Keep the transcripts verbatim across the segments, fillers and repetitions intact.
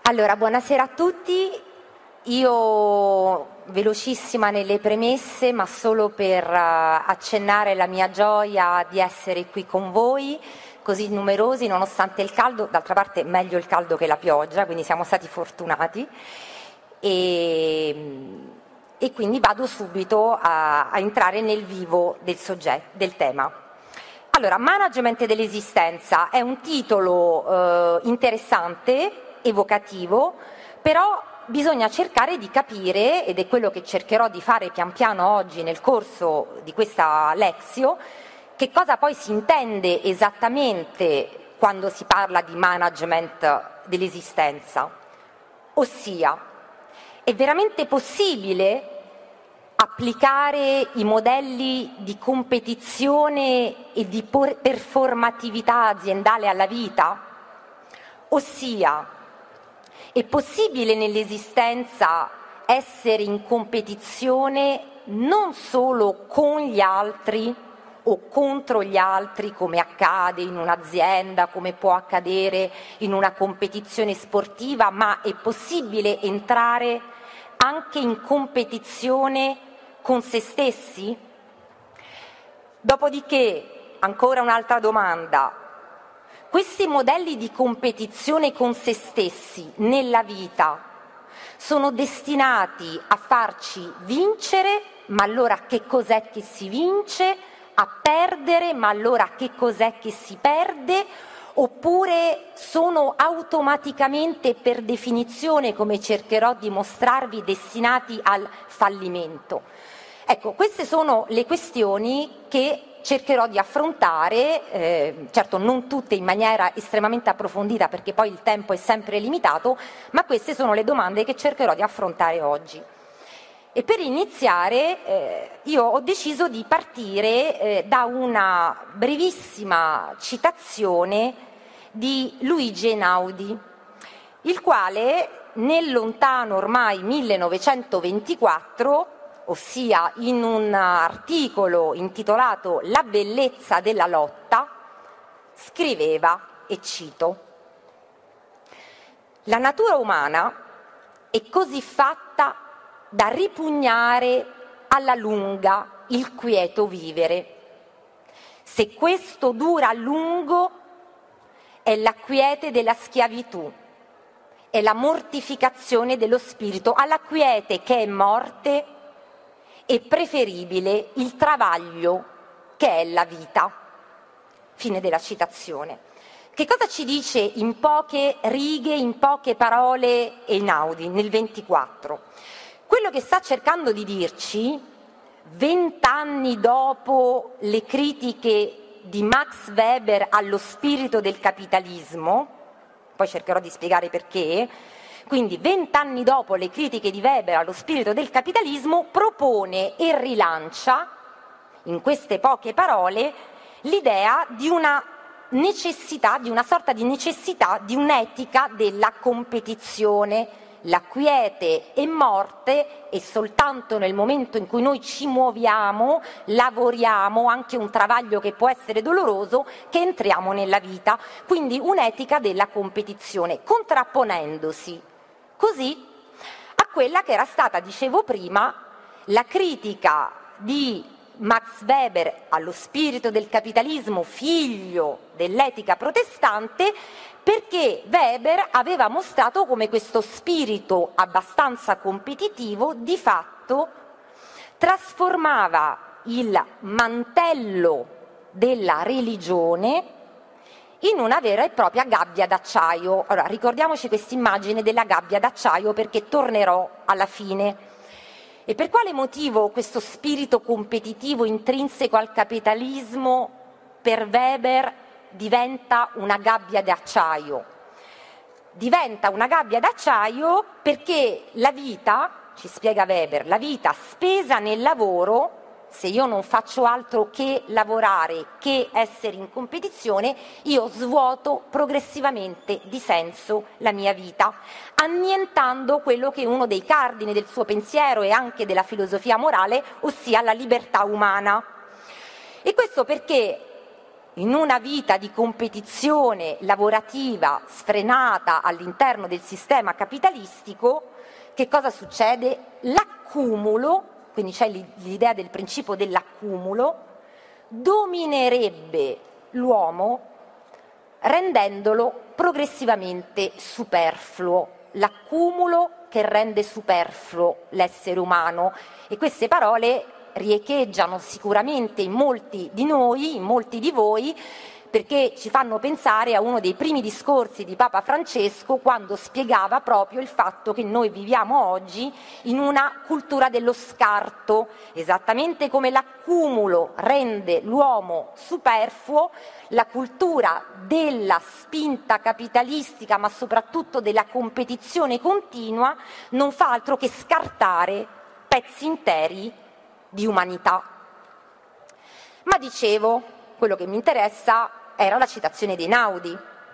Allora, buonasera a tutti. Io velocissima nelle premesse, ma solo per uh, accennare la mia gioia di essere qui con voi, così numerosi nonostante il caldo. D'altra parte meglio il caldo che la pioggia, quindi siamo stati fortunati. E, e quindi vado subito a, a entrare nel vivo del soggetto, del tema. Allora, Management dell'esistenza è un titolo uh, interessante, evocativo, però bisogna cercare di capire, ed è quello che cercherò di fare pian piano oggi nel corso di questa lexio, che cosa poi si intende esattamente quando si parla di management dell'esistenza. Ossia, è veramente possibile applicare i modelli di competizione e di performatività aziendale alla vita? Ossia, è possibile nell'esistenza essere in competizione non solo con gli altri o contro gli altri, come accade in un'azienda, come può accadere in una competizione sportiva, ma è possibile entrare anche in competizione con se stessi? Dopodiché, ancora un'altra domanda. Questi modelli di competizione con se stessi nella vita sono destinati a farci vincere, ma allora che cos'è che si vince? A perdere, ma allora che cos'è che si perde? Oppure sono automaticamente, per definizione, come cercherò di mostrarvi, destinati al fallimento? Ecco, queste sono le questioni che cercherò di affrontare, eh, certo non tutte in maniera estremamente approfondita perché poi il tempo è sempre limitato, ma queste sono le domande che cercherò di affrontare oggi. E per iniziare eh, io ho deciso di partire eh, da una brevissima citazione di Luigi Einaudi, il quale nel lontano ormai millenovecentoventiquattro, ossia in un articolo intitolato La bellezza della lotta, scriveva, e cito: «La natura umana è così fatta da ripugnare alla lunga il quieto vivere. Se questo dura a lungo è la quiete della schiavitù, è la mortificazione dello spirito. Alla quiete che è morte è preferibile il travaglio che è la vita». Fine della citazione. Che cosa ci dice in poche righe, in poche parole Einaudi nel ventiquattro? Quello che sta cercando di dirci, vent'anni dopo le critiche di Max Weber allo spirito del capitalismo, poi cercherò di spiegare perché, quindi vent'anni dopo le critiche di Weber allo spirito del capitalismo, propone e rilancia, in queste poche parole, l'idea di una necessità, di una sorta di necessità di un'etica della competizione. La quiete è morte e soltanto nel momento in cui noi ci muoviamo, lavoriamo, anche un travaglio che può essere doloroso, che entriamo nella vita. Quindi un'etica della competizione, contrapponendosi così a quella che era stata, dicevo prima, la critica di Max Weber allo spirito del capitalismo, figlio dell'etica protestante, perché Weber aveva mostrato come questo spirito abbastanza competitivo di fatto trasformava il mantello della religione in una vera e propria gabbia d'acciaio. Allora, ricordiamoci questa immagine della gabbia d'acciaio perché tornerò alla fine. E per quale motivo questo spirito competitivo intrinseco al capitalismo per Weber diventa una gabbia d'acciaio? Diventa una gabbia d'acciaio perché la vita, ci spiega Weber, la vita spesa nel lavoro, se io non faccio altro che lavorare, che essere in competizione, io svuoto progressivamente di senso la mia vita, annientando quello che è uno dei cardini del suo pensiero e anche della filosofia morale, ossia la libertà umana. E questo perché in una vita di competizione lavorativa sfrenata all'interno del sistema capitalistico, che cosa succede? L'accumulo, quindi c'è l'idea del principio dell'accumulo, dominerebbe l'uomo rendendolo progressivamente superfluo. L'accumulo che rende superfluo l'essere umano, e queste parole riecheggiano sicuramente in molti di noi, in molti di voi, perché ci fanno pensare a uno dei primi discorsi di Papa Francesco, quando spiegava proprio il fatto che noi viviamo oggi in una cultura dello scarto. Esattamente come l'accumulo rende l'uomo superfluo, la cultura della spinta capitalistica, ma soprattutto della competizione continua, non fa altro che scartare pezzi interi di umanità. Ma dicevo, quello che mi interessa era la citazione di Einaudi,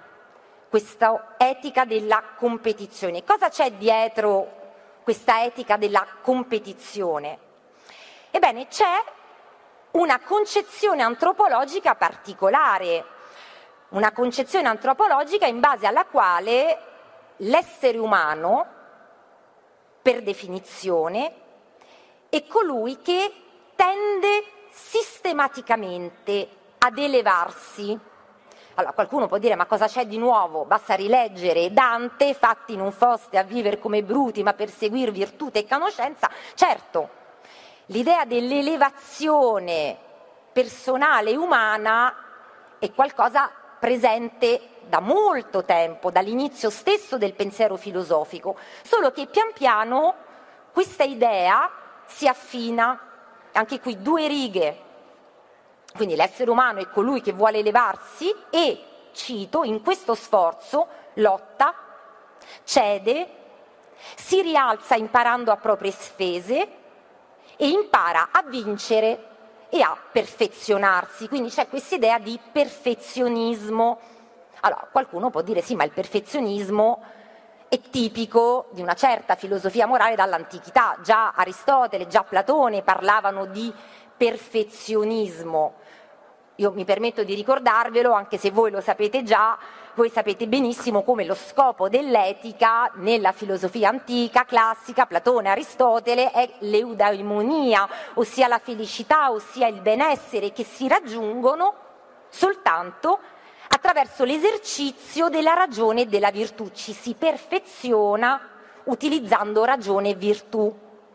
questa etica della competizione. Cosa c'è dietro questa etica della competizione? Ebbene, c'è una concezione antropologica particolare, una concezione antropologica in base alla quale l'essere umano, per definizione, è colui che tende sistematicamente ad elevarsi. Allora, qualcuno può dire: ma cosa c'è di nuovo? Basta rileggere Dante, fatti non foste a vivere come bruti, ma per seguir virtù e conoscenza. Certo, l'idea dell'elevazione personale e umana è qualcosa presente da molto tempo, dall'inizio stesso del pensiero filosofico, solo che pian piano questa idea si affina. Anche qui due righe. Quindi l'essere umano è colui che vuole elevarsi e, cito, in questo sforzo lotta, cede, si rialza imparando a proprie spese e impara a vincere e a perfezionarsi. Quindi c'è questa idea di perfezionismo. Allora, qualcuno può dire: sì, ma il perfezionismo è tipico di una certa filosofia morale dall'antichità. Già Aristotele, già Platone parlavano di perfezionismo. Io mi permetto di ricordarvelo, anche se voi lo sapete già. Voi sapete benissimo come lo scopo dell'etica nella filosofia antica, classica, Platone, Aristotele, è l'eudaimonia, ossia la felicità, ossia il benessere, che si raggiungono soltanto attraverso l'esercizio della ragione e della virtù. Ci si perfeziona utilizzando ragione e virtù.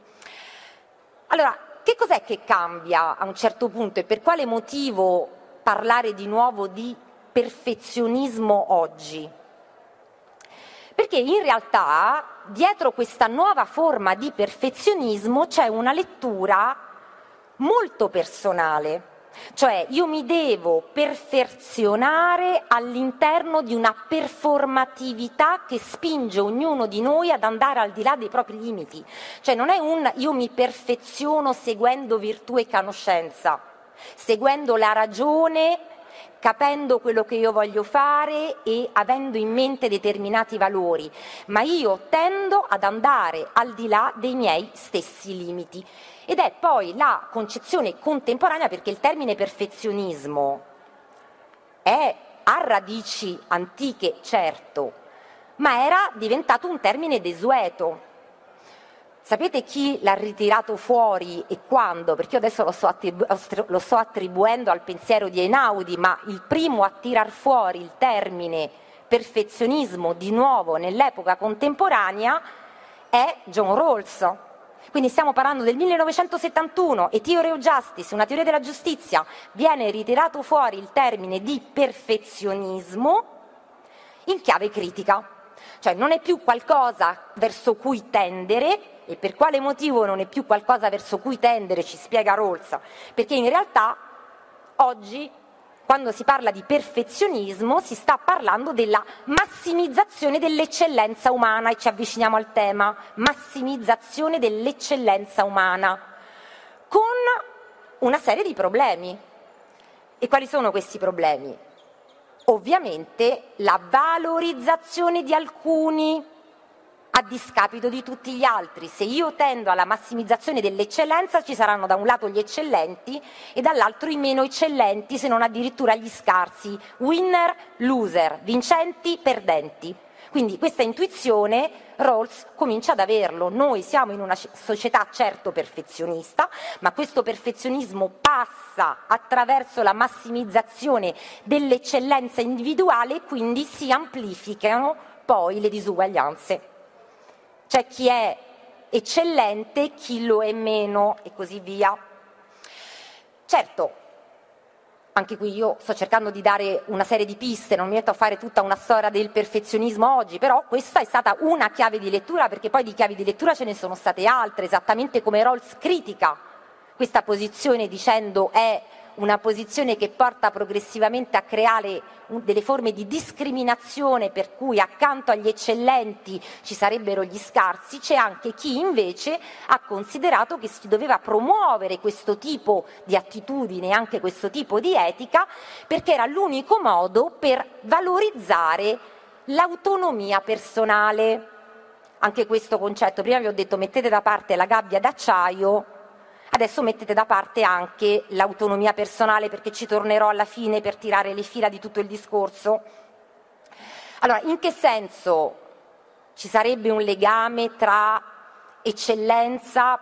Allora, che cos'è che cambia a un certo punto e per quale motivo parlare di nuovo di perfezionismo oggi? Perché in realtà dietro questa nuova forma di perfezionismo c'è una lettura molto personale. Cioè, io mi devo perfezionare all'interno di una performatività che spinge ognuno di noi ad andare al di là dei propri limiti. Cioè, non è un io mi perfeziono seguendo virtù e conoscenza, seguendo la ragione, capendo quello che io voglio fare e avendo in mente determinati valori, ma io tendo ad andare al di là dei miei stessi limiti. Ed è poi la concezione contemporanea, perché il termine perfezionismo è, ha radici antiche, certo, ma era diventato un termine desueto. Sapete chi l'ha ritirato fuori e quando? Perché io adesso lo sto, attribu- lo sto attribuendo al pensiero di Einaudi, ma il primo a tirar fuori il termine perfezionismo di nuovo nell'epoca contemporanea è John Rawls. Quindi stiamo parlando del millenovecentosettantuno e Theory of Justice, una teoria della giustizia, viene ritirato fuori il termine di perfezionismo in chiave critica. Cioè non è più qualcosa verso cui tendere. E per quale motivo non è più qualcosa verso cui tendere, ci spiega Rawls? Perché in realtà oggi, quando si parla di perfezionismo, si sta parlando della massimizzazione dell'eccellenza umana, e ci avviciniamo al tema, massimizzazione dell'eccellenza umana, con una serie di problemi. E quali sono questi problemi? Ovviamente la valorizzazione di alcuni a discapito di tutti gli altri. Se io tendo alla massimizzazione dell'eccellenza, ci saranno da un lato gli eccellenti e dall'altro i meno eccellenti, se non addirittura gli scarsi, winner, loser, vincenti, perdenti. Quindi questa intuizione Rawls comincia ad averlo. Noi siamo in una società certo perfezionista, ma questo perfezionismo passa attraverso la massimizzazione dell'eccellenza individuale e quindi si amplificano poi le disuguaglianze. C'è chi è eccellente, chi lo è meno e così via. Certo, anche qui io sto cercando di dare una serie di piste, non mi metto a fare tutta una storia del perfezionismo oggi, però questa è stata una chiave di lettura, perché poi di chiavi di lettura ce ne sono state altre, esattamente come Rawls critica questa posizione dicendo è una posizione che porta progressivamente a creare delle forme di discriminazione per cui accanto agli eccellenti ci sarebbero gli scarsi. C'è anche chi invece ha considerato che si doveva promuovere questo tipo di attitudine, anche questo tipo di etica, perché era l'unico modo per valorizzare l'autonomia personale. Anche questo concetto, prima vi ho detto mettete da parte la gabbia d'acciaio, adesso mettete da parte anche l'autonomia personale, perché ci tornerò alla fine per tirare le fila di tutto il discorso. Allora, in che senso ci sarebbe un legame tra eccellenza,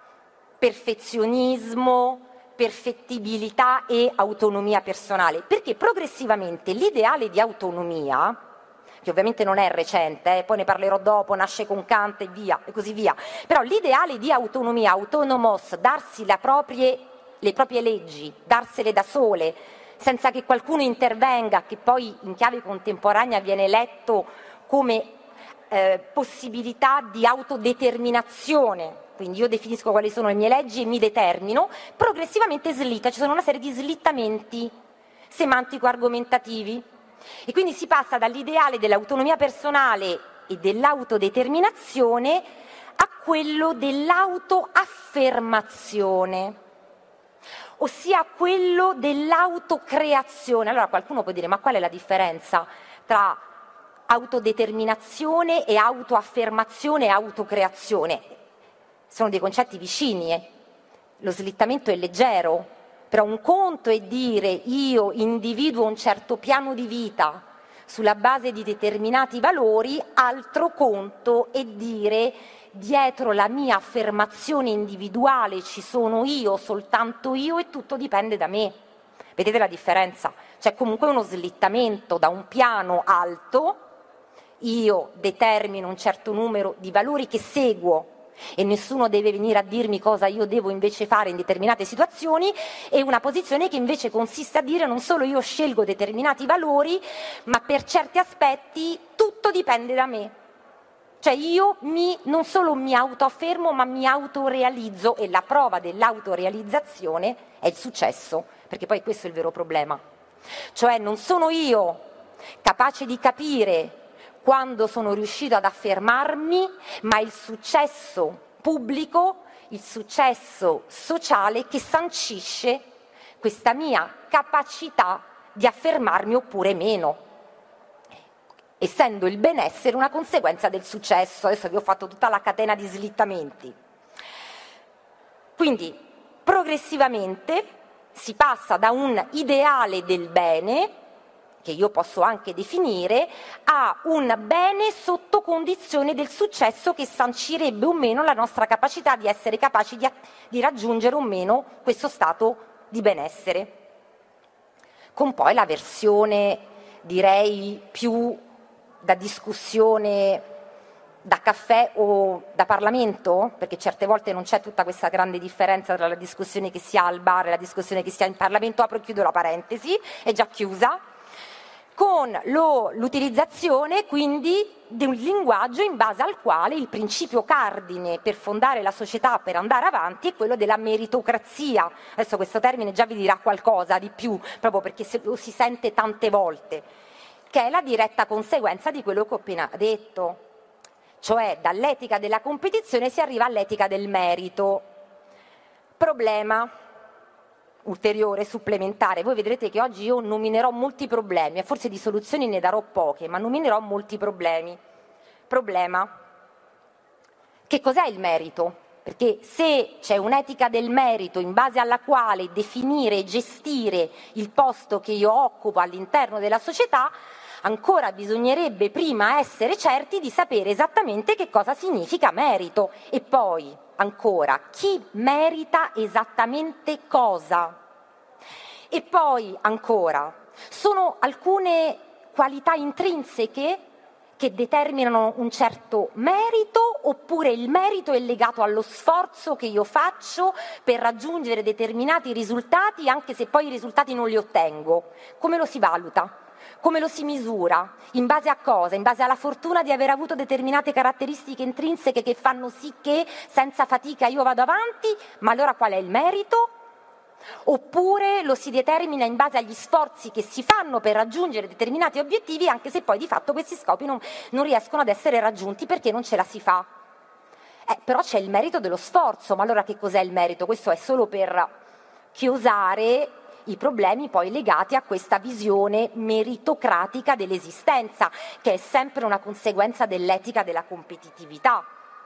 perfezionismo, perfettibilità e autonomia personale? Perché progressivamente l'ideale di autonomia, che ovviamente non è recente, eh, poi ne parlerò dopo, nasce con Kant e via, e così via, però l'ideale di autonomia, autonomos, darsi la proprie, le proprie leggi, darsele da sole, senza che qualcuno intervenga, che poi in chiave contemporanea viene letto come eh, possibilità di autodeterminazione, quindi io definisco quali sono le mie leggi e mi determino, progressivamente slitta, ci sono una serie di slittamenti semantico-argomentativi. E quindi si passa dall'ideale dell'autonomia personale e dell'autodeterminazione a quello dell'autoaffermazione, ossia a quello dell'autocreazione. Allora qualcuno può dire: ma qual è la differenza tra autodeterminazione e autoaffermazione e autocreazione? Sono dei concetti vicini, eh? Lo slittamento è leggero. Però un conto è dire io individuo un certo piano di vita sulla base di determinati valori, altro conto è dire dietro la mia affermazione individuale ci sono io, soltanto io e tutto dipende da me. Vedete la differenza? C'è comunque uno slittamento da un piano alto, io determino un certo numero di valori che seguo e nessuno deve venire a dirmi cosa io devo invece fare in determinate situazioni, e una posizione che invece consiste a dire non solo io scelgo determinati valori, ma per certi aspetti tutto dipende da me. Cioè io mi, non solo mi autoaffermo, ma mi autorealizzo, e la prova dell'autorealizzazione è il successo, perché poi questo è il vero problema. Cioè non sono io capace di capire quando sono riuscito ad affermarmi, ma il successo pubblico, il successo sociale che sancisce questa mia capacità di affermarmi oppure meno, essendo il benessere una conseguenza del successo. Adesso vi ho fatto tutta la catena di slittamenti. Quindi progressivamente si passa da un ideale del bene, che io posso anche definire, a un bene sotto condizione del successo che sancirebbe o meno la nostra capacità di essere capaci di, di raggiungere o meno questo stato di benessere. Con poi la versione, direi, più da discussione da caffè o da Parlamento, perché certe volte non c'è tutta questa grande differenza tra la discussione che si ha al bar e la discussione che si ha in Parlamento. Apro e chiudo la parentesi, è già chiusa, con lo, l'utilizzazione quindi di un linguaggio in base al quale il principio cardine per fondare la società, per andare avanti, è quello della meritocrazia. Adesso questo termine già vi dirà qualcosa di più, proprio perché lo si sente tante volte, che è la diretta conseguenza di quello che ho appena detto. Cioè dall'etica della competizione si arriva all'etica del merito. Problema ulteriore, supplementare. Voi vedrete che oggi io nominerò molti problemi, e forse di soluzioni ne darò poche, ma nominerò molti problemi. Problema: che cos'è il merito? Perché se c'è un'etica del merito in base alla quale definire e gestire il posto che io occupo all'interno della società, ancora bisognerebbe prima essere certi di sapere esattamente che cosa significa merito e poi, ancora, chi merita esattamente cosa. E poi, ancora, sono alcune qualità intrinseche che determinano un certo merito, oppure il merito è legato allo sforzo che io faccio per raggiungere determinati risultati, anche se poi i risultati non li ottengo. Come lo si valuta? Come lo si misura? In base a cosa? In base alla fortuna di aver avuto determinate caratteristiche intrinseche che fanno sì che senza fatica io vado avanti, ma allora qual è il merito? Oppure lo si determina in base agli sforzi che si fanno per raggiungere determinati obiettivi, anche se poi di fatto questi scopi non, non riescono ad essere raggiunti perché non ce la si fa. Eh, però c'è il merito dello sforzo, ma allora che cos'è il merito? Questo è solo per chiosare i problemi poi legati a questa visione meritocratica dell'esistenza, che è sempre una conseguenza dell'etica della competitività.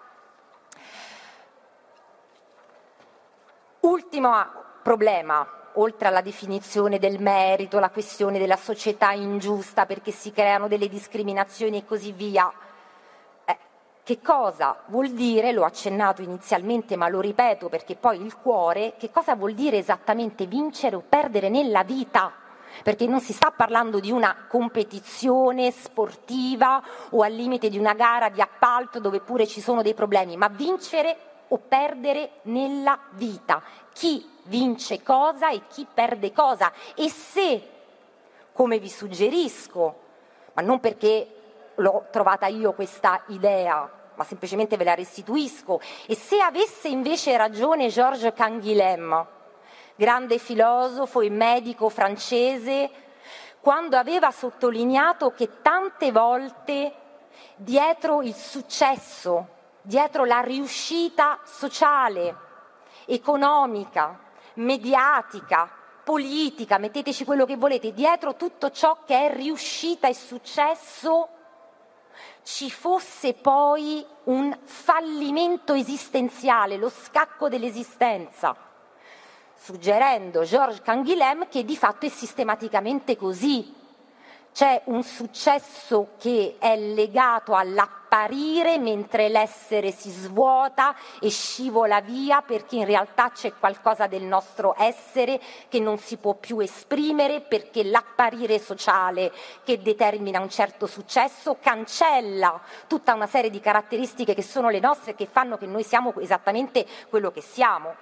Ultimo problema, oltre alla definizione del merito, la questione della società ingiusta perché si creano delle discriminazioni e così via. Eh, che cosa vuol dire, l'ho accennato inizialmente ma lo ripeto perché poi il cuore, che cosa vuol dire esattamente vincere o perdere nella vita? Perché non si sta parlando di una competizione sportiva o al limite di una gara di appalto dove pure ci sono dei problemi, ma vincere o perdere nella vita. Chi vince cosa e chi perde cosa. E se, come vi suggerisco, ma non perché l'ho trovata io questa idea, ma semplicemente ve la restituisco, e se avesse invece ragione Georges Canguilhem, grande filosofo e medico francese, quando aveva sottolineato che tante volte dietro il successo, dietro la riuscita sociale, economica, mediatica, politica, metteteci quello che volete, dietro tutto ciò che è riuscita e successo, ci fosse poi un fallimento esistenziale, lo scacco dell'esistenza, suggerendo Georges Canguilhem che di fatto è sistematicamente così. C'è un successo che è legato all'apparire mentre l'essere si svuota e scivola via perché in realtà c'è qualcosa del nostro essere che non si può più esprimere perché l'apparire sociale che determina un certo successo cancella tutta una serie di caratteristiche che sono le nostre e che fanno che noi siamo esattamente quello che siamo.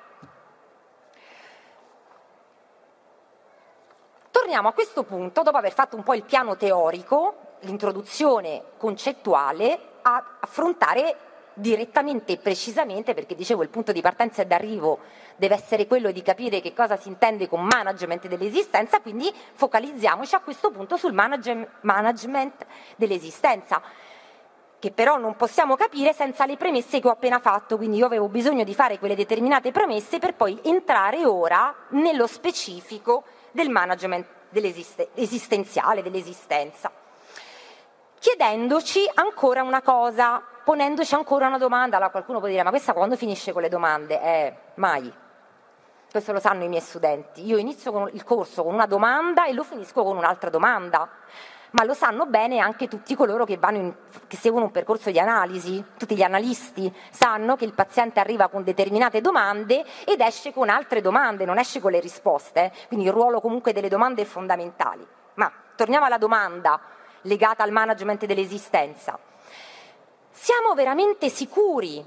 Torniamo a questo punto, dopo aver fatto un po' il piano teorico, l'introduzione concettuale, a affrontare direttamente e precisamente, perché dicevo il punto di partenza e d'arrivo deve essere quello di capire che cosa si intende con management dell'esistenza, quindi focalizziamoci a questo punto sul manage- management dell'esistenza, che però non possiamo capire senza le premesse che ho appena fatto, quindi io avevo bisogno di fare quelle determinate premesse per poi entrare ora nello specifico del management dell'esistenziale, dell'esistenza, chiedendoci ancora una cosa, ponendoci ancora una domanda. Allora qualcuno può dire, ma questa quando finisce con le domande? Eh, mai. Questo lo sanno i miei studenti. Io inizio con il corso con una domanda e lo finisco con un'altra domanda. Ma lo sanno bene anche tutti coloro che, vanno in, che seguono un percorso di analisi, tutti gli analisti sanno che il paziente arriva con determinate domande ed esce con altre domande, non esce con le risposte, eh? Quindi il ruolo comunque delle domande è fondamentale. Ma torniamo alla domanda legata al management dell'esistenza. Siamo veramente sicuri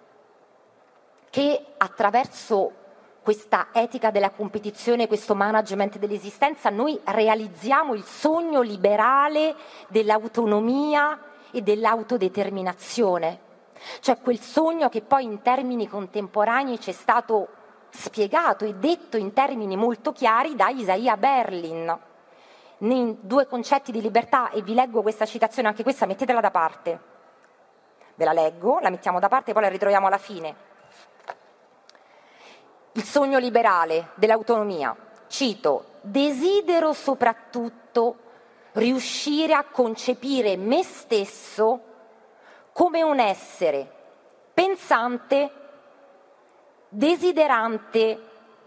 che attraverso questa etica della competizione, questo management dell'esistenza, noi realizziamo il sogno liberale dell'autonomia e dell'autodeterminazione? Cioè quel sogno che poi in termini contemporanei ci è stato spiegato e detto in termini molto chiari da Isaiah Berlin, nei due concetti di libertà, e vi leggo questa citazione, anche questa mettetela da parte. Ve la leggo, la mettiamo da parte e poi la ritroviamo alla fine. Il sogno liberale dell'autonomia, cito, desidero soprattutto riuscire a concepire me stesso come un essere pensante, desiderante,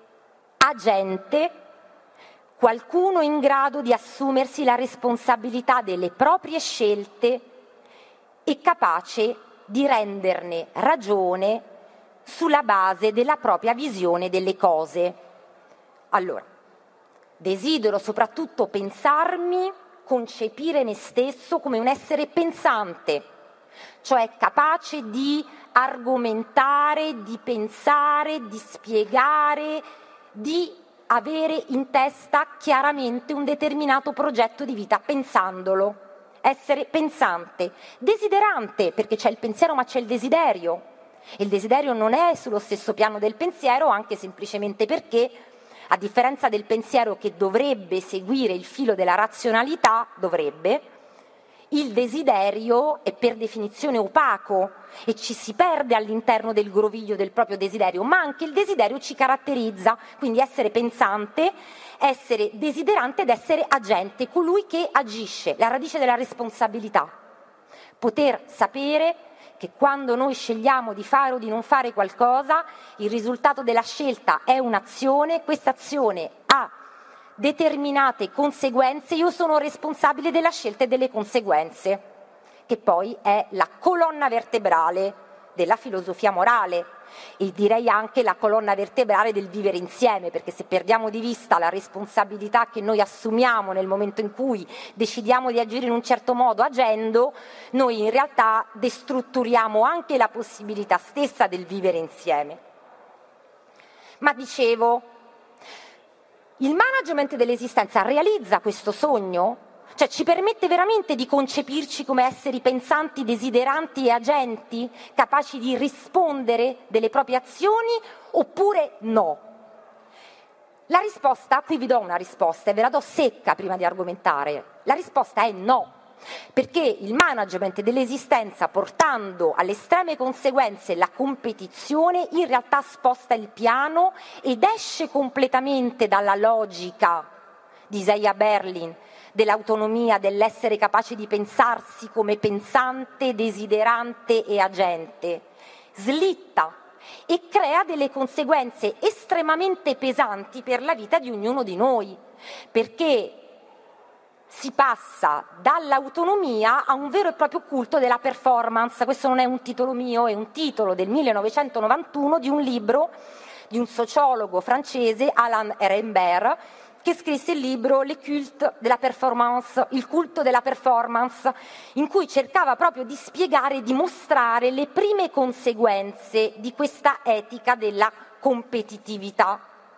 agente, qualcuno in grado di assumersi la responsabilità delle proprie scelte e capace di renderne ragione sulla base della propria visione delle cose. Allora, desidero soprattutto pensarmi, concepire me stesso come un essere pensante, cioè capace di argomentare, di pensare, di spiegare, di avere in testa chiaramente un determinato progetto di vita, pensandolo. Essere pensante, desiderante, perché c'è il pensiero ma c'è il desiderio. Il desiderio non è sullo stesso piano del pensiero, anche semplicemente perché, a differenza del pensiero che dovrebbe seguire il filo della razionalità, dovrebbe, il desiderio è per definizione opaco e ci si perde all'interno del groviglio del proprio desiderio, ma anche il desiderio ci caratterizza, quindi essere pensante, essere desiderante ed essere agente, colui che agisce, la radice della responsabilità. Poter sapere che quando noi scegliamo di fare o di non fare qualcosa, il risultato della scelta è un'azione, questa azione ha determinate conseguenze, io sono responsabile della scelta e delle conseguenze, che poi è la colonna vertebrale della filosofia morale e direi anche la colonna vertebrale del vivere insieme, perché se perdiamo di vista la responsabilità che noi assumiamo nel momento in cui decidiamo di agire in un certo modo agendo, noi in realtà destrutturiamo anche la possibilità stessa del vivere insieme. Ma dicevo, il management dell'esistenza realizza questo sogno? Cioè ci permette veramente di concepirci come esseri pensanti, desideranti e agenti, capaci di rispondere delle proprie azioni oppure no? La risposta, qui vi do una risposta e ve la do secca prima di argomentare, la risposta è no, perché il management dell'esistenza, portando alle estreme conseguenze la competizione, in realtà sposta il piano ed esce completamente dalla logica di Isaiah Berlin, dell'autonomia, dell'essere capace di pensarsi come pensante, desiderante e agente. Slitta e crea delle conseguenze estremamente pesanti per la vita di ognuno di noi, perché si passa dall'autonomia a un vero e proprio culto della performance. Questo non è un titolo mio, è un titolo del millenovecentonovantuno di un libro di un sociologo francese, Alain Ehrenberg, che scrisse il libro Le culte de la performance, il culto della performance, in cui cercava proprio di spiegare e di mostrare le prime conseguenze di questa etica della competitività.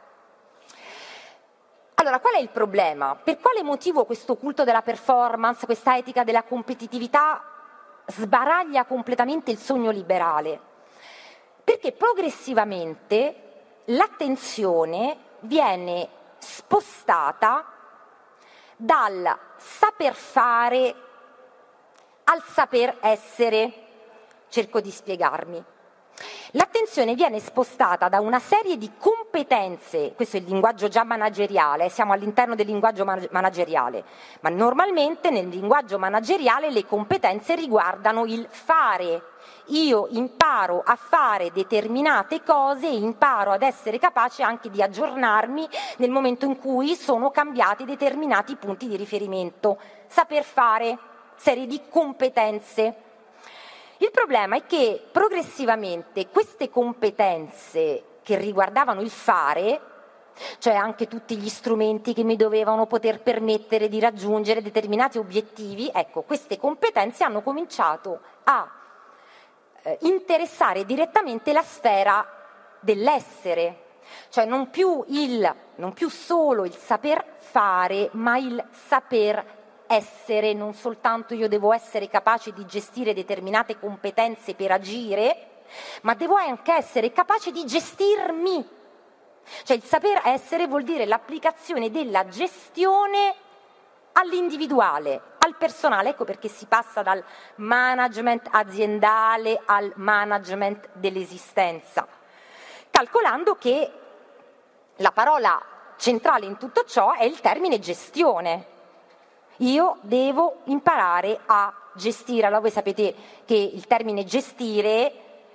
Allora, qual è il problema? Per quale motivo questo culto della performance, questa etica della competitività sbaraglia completamente il sogno liberale? Perché progressivamente l'attenzione viene spostata dal saper fare al saper essere. Cerco di spiegarmi. L'attenzione viene spostata da una serie di competenze, questo è il linguaggio già manageriale, siamo all'interno del linguaggio manageriale, ma normalmente nel linguaggio manageriale le competenze riguardano il fare. Io imparo a fare determinate cose e imparo ad essere capace anche di aggiornarmi nel momento in cui sono cambiati determinati punti di riferimento. Saper fare, serie di competenze. Il problema è che progressivamente queste competenze che riguardavano il fare, cioè anche tutti gli strumenti che mi dovevano poter permettere di raggiungere determinati obiettivi, ecco, queste competenze hanno cominciato a eh, interessare direttamente la sfera dell'essere, cioè non più, il, non più solo il saper fare, ma il saper essere. Non soltanto io devo essere capace di gestire determinate competenze per agire, ma devo anche essere capace di gestirmi. Cioè il saper essere vuol dire l'applicazione della gestione all'individuale, al personale. Ecco perché si passa dal management aziendale al management dell'esistenza, calcolando che la parola centrale in tutto ciò è il termine gestione. Io devo imparare a gestire. Allora voi sapete che il termine gestire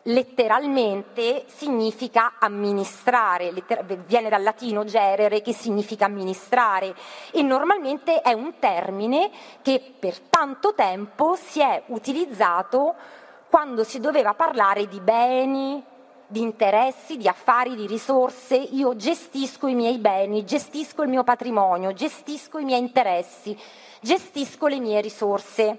letteralmente significa amministrare, letter- viene dal latino gerere, che significa amministrare, e normalmente è un termine che per tanto tempo si è utilizzato quando si doveva parlare di beni, di interessi, di affari, di risorse. Io gestisco i miei beni, gestisco il mio patrimonio, gestisco i miei interessi, gestisco le mie risorse.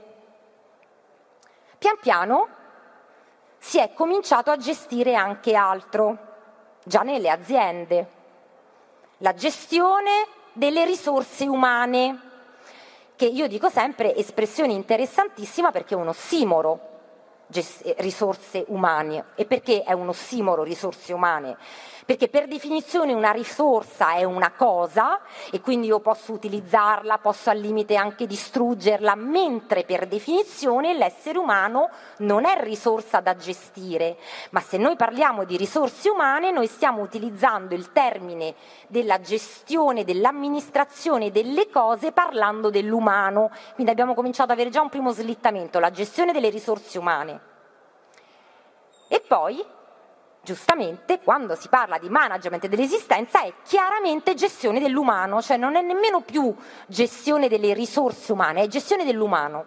Pian piano si è cominciato a gestire anche altro, già nelle aziende, la gestione delle risorse umane, che io dico sempre espressione interessantissima perché è un ossimoro, gest- risorse umane. E perché è un ossimoro risorse umane? Perché per definizione una risorsa è una cosa e quindi io posso utilizzarla, posso al limite anche distruggerla, mentre per definizione l'essere umano non è risorsa da gestire. Ma se noi parliamo di risorse umane, noi stiamo utilizzando il termine della gestione, dell'amministrazione delle cose parlando dell'umano. Quindi abbiamo cominciato ad avere già un primo slittamento, la gestione delle risorse umane. E poi, giustamente, quando si parla di management dell'esistenza è chiaramente gestione dell'umano, cioè non è nemmeno più gestione delle risorse umane, è gestione dell'umano.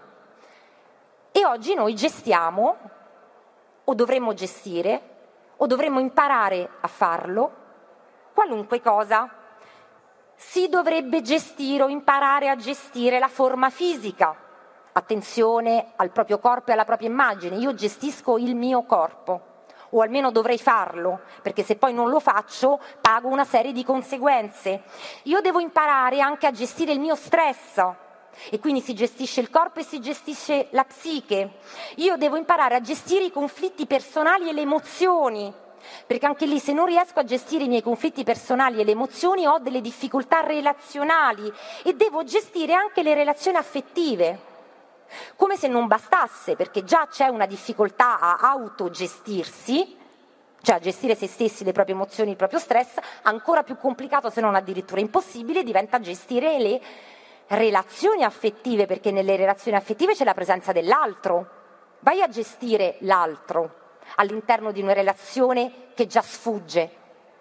E oggi noi gestiamo, o dovremmo gestire, o dovremmo imparare a farlo, qualunque cosa. Si dovrebbe gestire o imparare a gestire la forma fisica. Attenzione al proprio corpo e alla propria immagine. Io gestisco il mio corpo, o almeno dovrei farlo, perché se poi non lo faccio pago una serie di conseguenze. Io devo imparare anche a gestire il mio stress, e quindi si gestisce il corpo e si gestisce la psiche. Io devo imparare a gestire i conflitti personali e le emozioni, perché anche lì, se non riesco a gestire i miei conflitti personali e le emozioni, ho delle difficoltà relazionali, e devo gestire anche le relazioni affettive. Come se non bastasse, perché già c'è una difficoltà a autogestirsi, cioè a gestire se stessi, le proprie emozioni, il proprio stress, ancora più complicato, se non addirittura impossibile, diventa gestire le relazioni affettive, perché nelle relazioni affettive c'è la presenza dell'altro. Vai a gestire l'altro all'interno di una relazione che già sfugge.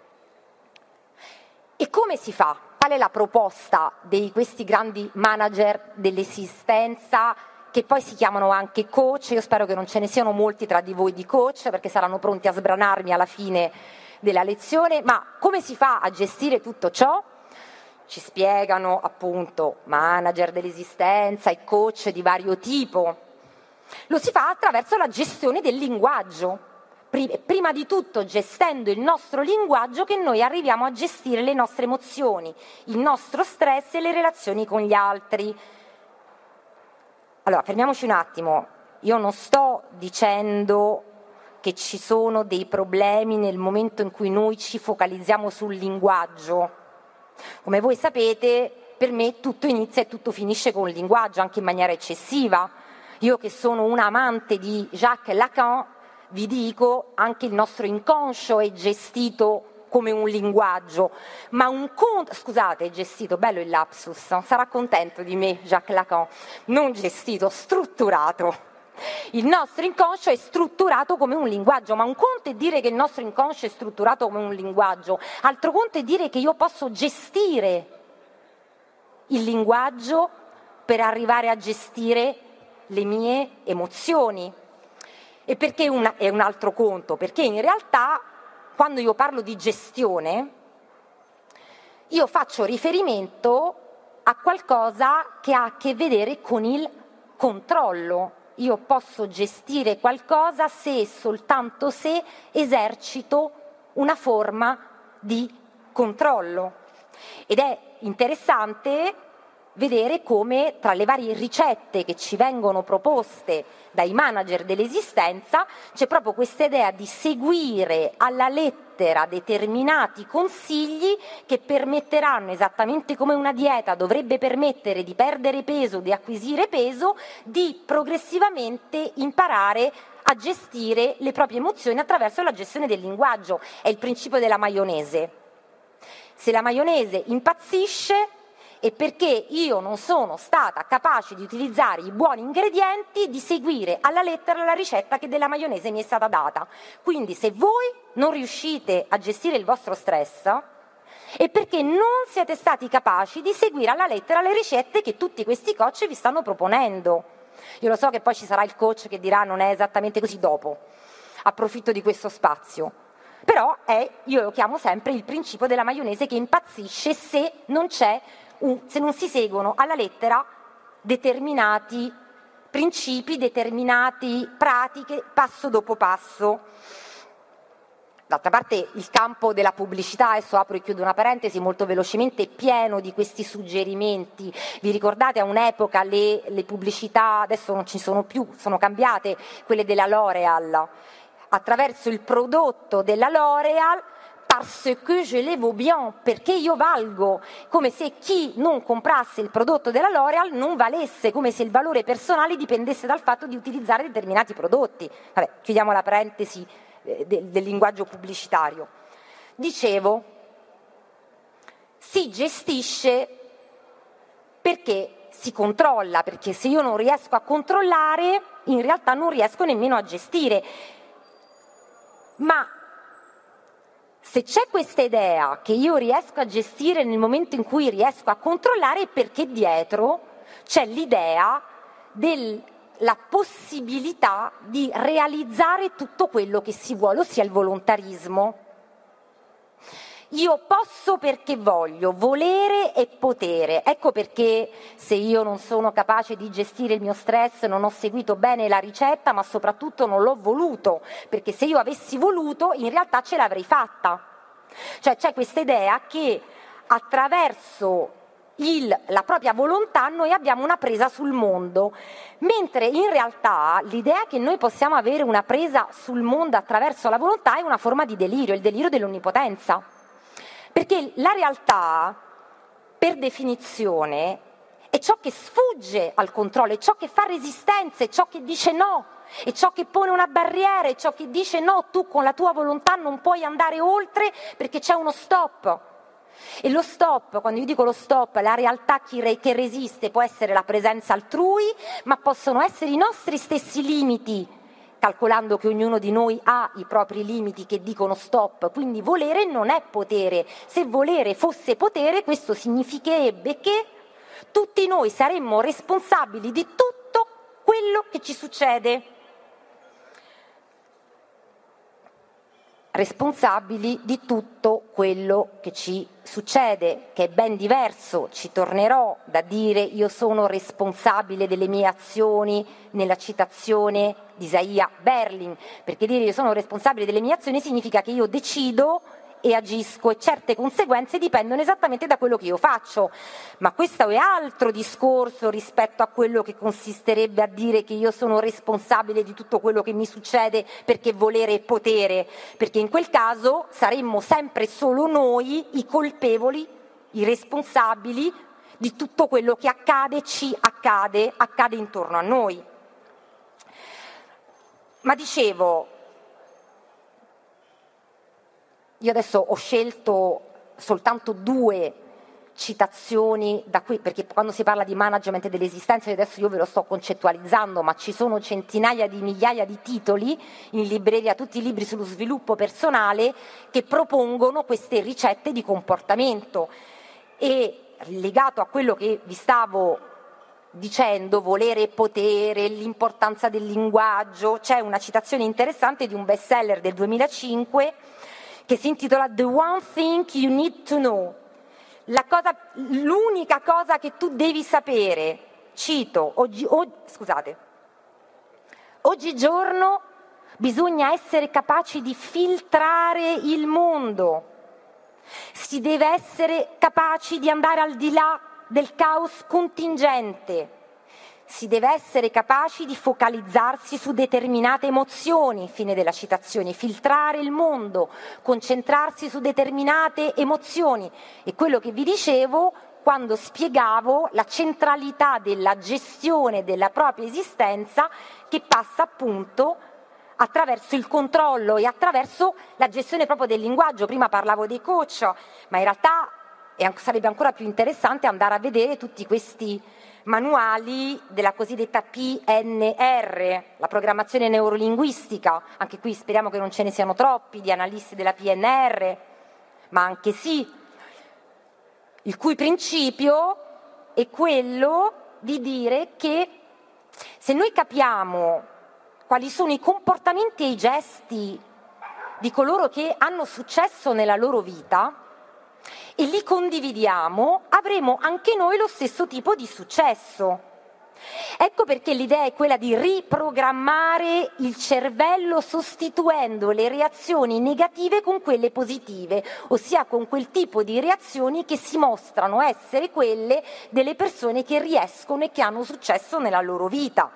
E come si fa? Qual è la proposta di questi grandi manager dell'esistenza, che poi si chiamano anche coach? Io spero che non ce ne siano molti tra di voi di coach, perché saranno pronti a sbranarmi alla fine della lezione. Ma come si fa a gestire tutto ciò? Ci spiegano appunto manager dell'esistenza e coach di vario tipo. Lo si fa attraverso la gestione del linguaggio. Prima di tutto gestendo il nostro linguaggio che noi arriviamo a gestire le nostre emozioni, il nostro stress e le relazioni con gli altri. Allora, fermiamoci un attimo. Io non sto dicendo che ci sono dei problemi nel momento in cui noi ci focalizziamo sul linguaggio. Come voi sapete, per me tutto inizia e tutto finisce con il linguaggio, anche in maniera eccessiva. Io che sono un amante di Jacques Lacan, vi dico, anche il nostro inconscio è gestito come un linguaggio, ma un conto, scusate, è gestito, bello il lapsus, sarà contento di me Jacques Lacan, non gestito, strutturato. Il nostro inconscio è strutturato come un linguaggio, ma un conto è dire che il nostro inconscio è strutturato come un linguaggio, altro conto è dire che io posso gestire il linguaggio per arrivare a gestire le mie emozioni. E perché una, è un altro conto? Perché in realtà quando io parlo di gestione io faccio riferimento a qualcosa che ha a che vedere con il controllo. Io posso gestire qualcosa se e soltanto se esercito una forma di controllo. Ed è interessante vedere come tra le varie ricette che ci vengono proposte dai manager dell'esistenza c'è proprio questa idea di seguire alla lettera determinati consigli che permetteranno, esattamente come una dieta dovrebbe permettere di perdere peso, di acquisire peso, di progressivamente imparare a gestire le proprie emozioni attraverso la gestione del linguaggio. È il principio della maionese. Se la maionese impazzisce, e perché io non sono stata capace di utilizzare i buoni ingredienti, di seguire alla lettera la ricetta che della maionese mi è stata data. Quindi se voi non riuscite a gestire il vostro stress, è perché non siete stati capaci di seguire alla lettera le ricette che tutti questi coach vi stanno proponendo. Io lo so che poi ci sarà il coach che dirà non è esattamente così, dopo approfitto di questo spazio, però è, io lo chiamo sempre il principio della maionese che impazzisce se non c'è un, se non si seguono alla lettera determinati principi, determinati pratiche, passo dopo passo. D'altra parte il campo della pubblicità, adesso apro e chiudo una parentesi molto velocemente, è pieno di questi suggerimenti. Vi ricordate a un'epoca le, le pubblicità, adesso non ci sono più, sono cambiate, quelle della L'Oréal. Attraverso il prodotto della L'Oréal, parce que je le vaux bien, perché io valgo, come se chi non comprasse il prodotto della L'Oréal non valesse, come se il valore personale dipendesse dal fatto di utilizzare determinati prodotti. Vabbè, chiudiamo la parentesi eh, del, del linguaggio pubblicitario. Dicevo, si gestisce perché si controlla, perché se io non riesco a controllare, in realtà non riesco nemmeno a gestire. Ma se c'è questa idea che io riesco a gestire nel momento in cui riesco a controllare, è perché dietro c'è l'idea della possibilità di realizzare tutto quello che si vuole, ossia il volontarismo. Io posso perché voglio, volere e potere. Ecco perché se io non sono capace di gestire il mio stress, non ho seguito bene la ricetta, ma soprattutto non l'ho voluto, perché se io avessi voluto in realtà ce l'avrei fatta. Cioè c'è questa idea che attraverso il, la propria volontà noi abbiamo una presa sul mondo, mentre in realtà l'idea che noi possiamo avere una presa sul mondo attraverso la volontà è una forma di delirio, il delirio dell'onnipotenza. Perché la realtà, per definizione, è ciò che sfugge al controllo, è ciò che fa resistenza, è ciò che dice no, è ciò che pone una barriera, è ciò che dice no, tu con la tua volontà non puoi andare oltre perché c'è uno stop. E lo stop, quando io dico lo stop, la realtà che resiste può essere la presenza altrui, ma possono essere i nostri stessi limiti, calcolando che ognuno di noi ha i propri limiti che dicono stop, quindi volere non è potere. Se volere fosse potere, questo significherebbe che tutti noi saremmo responsabili di tutto quello che ci succede. Responsabili di tutto quello che ci succede, che è ben diverso, ci tornerò da dire io sono responsabile delle mie azioni nella citazione di Isaiah Berlin, perché dire io sono responsabile delle mie azioni significa che io decido e agisco e certe conseguenze dipendono esattamente da quello che io faccio, ma questo è altro discorso rispetto a quello che consisterebbe a dire che io sono responsabile di tutto quello che mi succede perché volere è potere, perché in quel caso saremmo sempre solo noi i colpevoli, i responsabili di tutto quello che accade, ci accade, accade intorno a noi. Ma dicevo, io adesso ho scelto soltanto due citazioni da qui, perché quando si parla di management dell'esistenza, adesso io ve lo sto concettualizzando, ma ci sono centinaia di migliaia di titoli in libreria, tutti i libri sullo sviluppo personale che propongono queste ricette di comportamento. E legato a quello che vi stavo dicendo, volere e potere, l'importanza del linguaggio, c'è una citazione interessante di un bestseller del duemilacinque che si intitola The One Thing You Need to Know, la cosa, l'unica cosa che tu devi sapere. Cito, oggi, oh, scusate, oggigiorno bisogna essere capaci di filtrare il mondo, si deve essere capaci di andare al di là del caos contingente, si deve essere capaci di focalizzarsi su determinate emozioni, fine della citazione, filtrare il mondo, concentrarsi su determinate emozioni. E quello che vi dicevo quando spiegavo la centralità della gestione della propria esistenza, che passa appunto attraverso il controllo e attraverso la gestione proprio del linguaggio. Prima parlavo dei coach, ma in realtà e sarebbe ancora più interessante andare a vedere tutti questi manuali della cosiddetta P N R, la programmazione neurolinguistica. Anche qui speriamo che non ce ne siano troppi di analisti della P N R, ma anche sì, il cui principio è quello di dire che se noi capiamo quali sono i comportamenti e i gesti di coloro che hanno successo nella loro vita e li condividiamo, avremo anche noi lo stesso tipo di successo. Ecco perché l'idea è quella di riprogrammare il cervello sostituendo le reazioni negative con quelle positive, ossia con quel tipo di reazioni che si mostrano essere quelle delle persone che riescono e che hanno successo nella loro vita.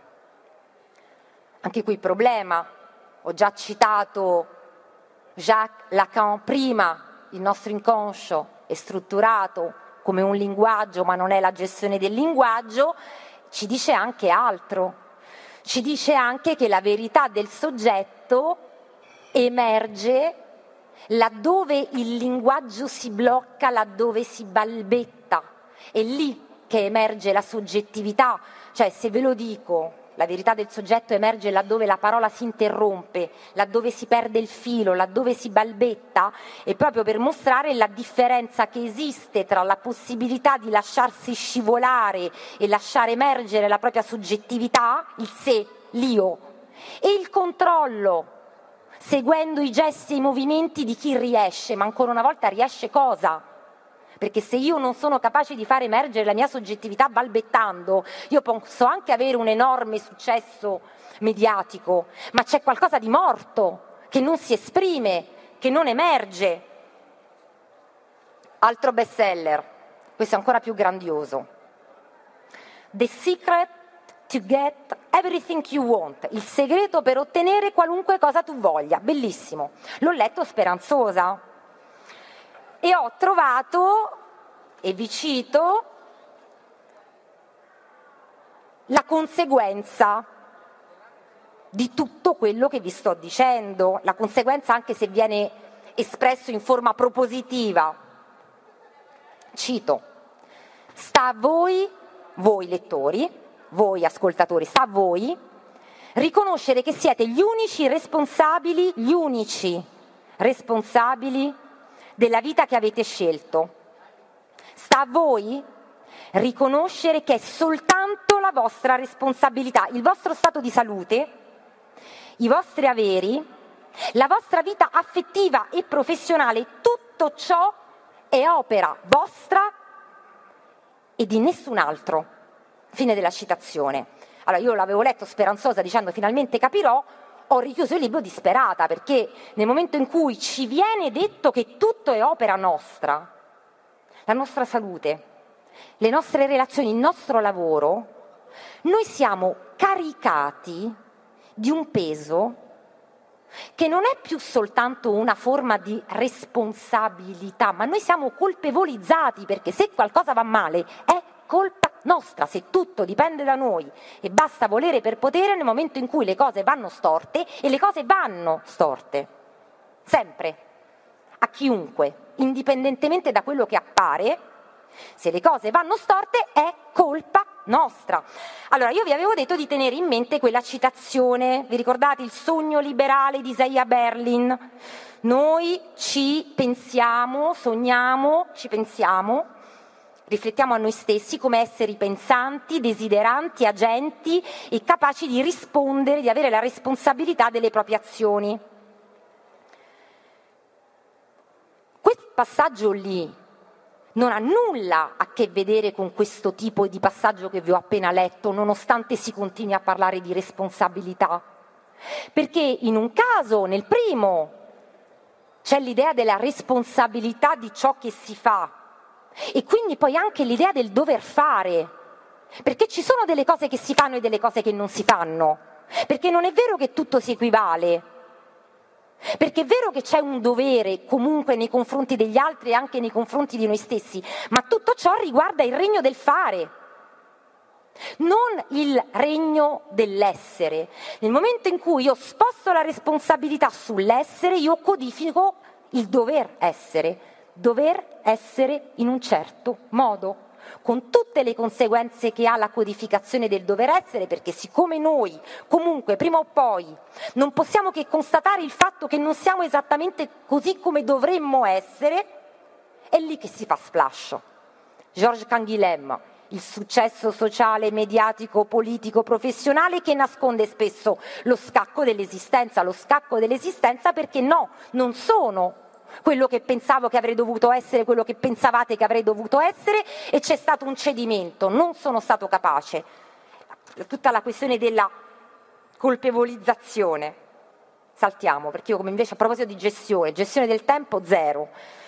Anche qui il problema, ho già citato Jacques Lacan prima, il nostro inconscio è strutturato come un linguaggio, ma non è la gestione del linguaggio, ci dice anche altro, ci dice anche che la verità del soggetto emerge laddove il linguaggio si blocca, laddove si balbetta, è lì che emerge la soggettività, cioè se ve lo dico, la verità del soggetto emerge laddove la parola si interrompe, laddove si perde il filo, laddove si balbetta, è proprio per mostrare la differenza che esiste tra la possibilità di lasciarsi scivolare e lasciare emergere la propria soggettività, il sé, l'io, e il controllo, seguendo i gesti e i movimenti di chi riesce, ma ancora una volta riesce cosa? Perché se io non sono capace di far emergere la mia soggettività balbettando, io posso anche avere un enorme successo mediatico, ma c'è qualcosa di morto, che non si esprime, che non emerge. Altro bestseller, questo è ancora più grandioso. The Secret to Get Everything You Want, il segreto per ottenere qualunque cosa tu voglia, bellissimo. L'ho letto speranzosa. E ho trovato, e vi cito, la conseguenza di tutto quello che vi sto dicendo, la conseguenza anche se viene espresso in forma propositiva. Cito, sta a voi, voi lettori, voi ascoltatori, sta a voi riconoscere che siete gli unici responsabili, gli unici responsabili della vita che avete scelto. Sta a voi riconoscere che è soltanto la vostra responsabilità, il vostro stato di salute, i vostri averi, la vostra vita affettiva e professionale, tutto ciò è opera vostra e di nessun altro. Fine della citazione. Allora io l'avevo letto speranzosa dicendo finalmente capirò, ho richiuso il libro disperata, perché nel momento in cui ci viene detto che tutto è opera nostra, la nostra salute, le nostre relazioni, il nostro lavoro, noi siamo caricati di un peso che non è più soltanto una forma di responsabilità, ma noi siamo colpevolizzati, perché se qualcosa va male è colpa nostra, se tutto dipende da noi e basta volere per potere nel momento in cui le cose vanno storte, e le cose vanno storte, sempre, a chiunque, indipendentemente da quello che appare, se le cose vanno storte è colpa nostra. Allora io vi avevo detto di tenere in mente quella citazione, vi ricordate il sogno liberale di Isaiah Berlin? Noi ci pensiamo, sogniamo, ci pensiamo, riflettiamo a noi stessi come esseri pensanti, desideranti, agenti e capaci di rispondere, di avere la responsabilità delle proprie azioni. Quel passaggio lì non ha nulla a che vedere con questo tipo di passaggio che vi ho appena letto, nonostante si continui a parlare di responsabilità. Perché in un caso, nel primo, c'è l'idea della responsabilità di ciò che si fa, e quindi poi anche l'idea del dover fare, perché ci sono delle cose che si fanno e delle cose che non si fanno, perché non è vero che tutto si equivale, perché è vero che c'è un dovere comunque nei confronti degli altri e anche nei confronti di noi stessi, ma tutto ciò riguarda il regno del fare, non il regno dell'essere. Nel momento in cui io sposto la responsabilità sull'essere, io codifico il dover essere. dover essere in un certo modo, con tutte le conseguenze che ha la codificazione del dover essere, perché siccome noi comunque prima o poi non possiamo che constatare il fatto che non siamo esattamente così come dovremmo essere, è lì che si fa splash. Georges Canguilhem, il successo sociale, mediatico, politico, professionale che nasconde spesso lo scacco dell'esistenza, lo scacco dell'esistenza perché no, non sono quello che pensavo che avrei dovuto essere, quello che pensavate che avrei dovuto essere, e c'è stato un cedimento, non sono stato capace. Tutta la questione della colpevolizzazione, saltiamo, perché io come invece a proposito di gestione, gestione del tempo zero.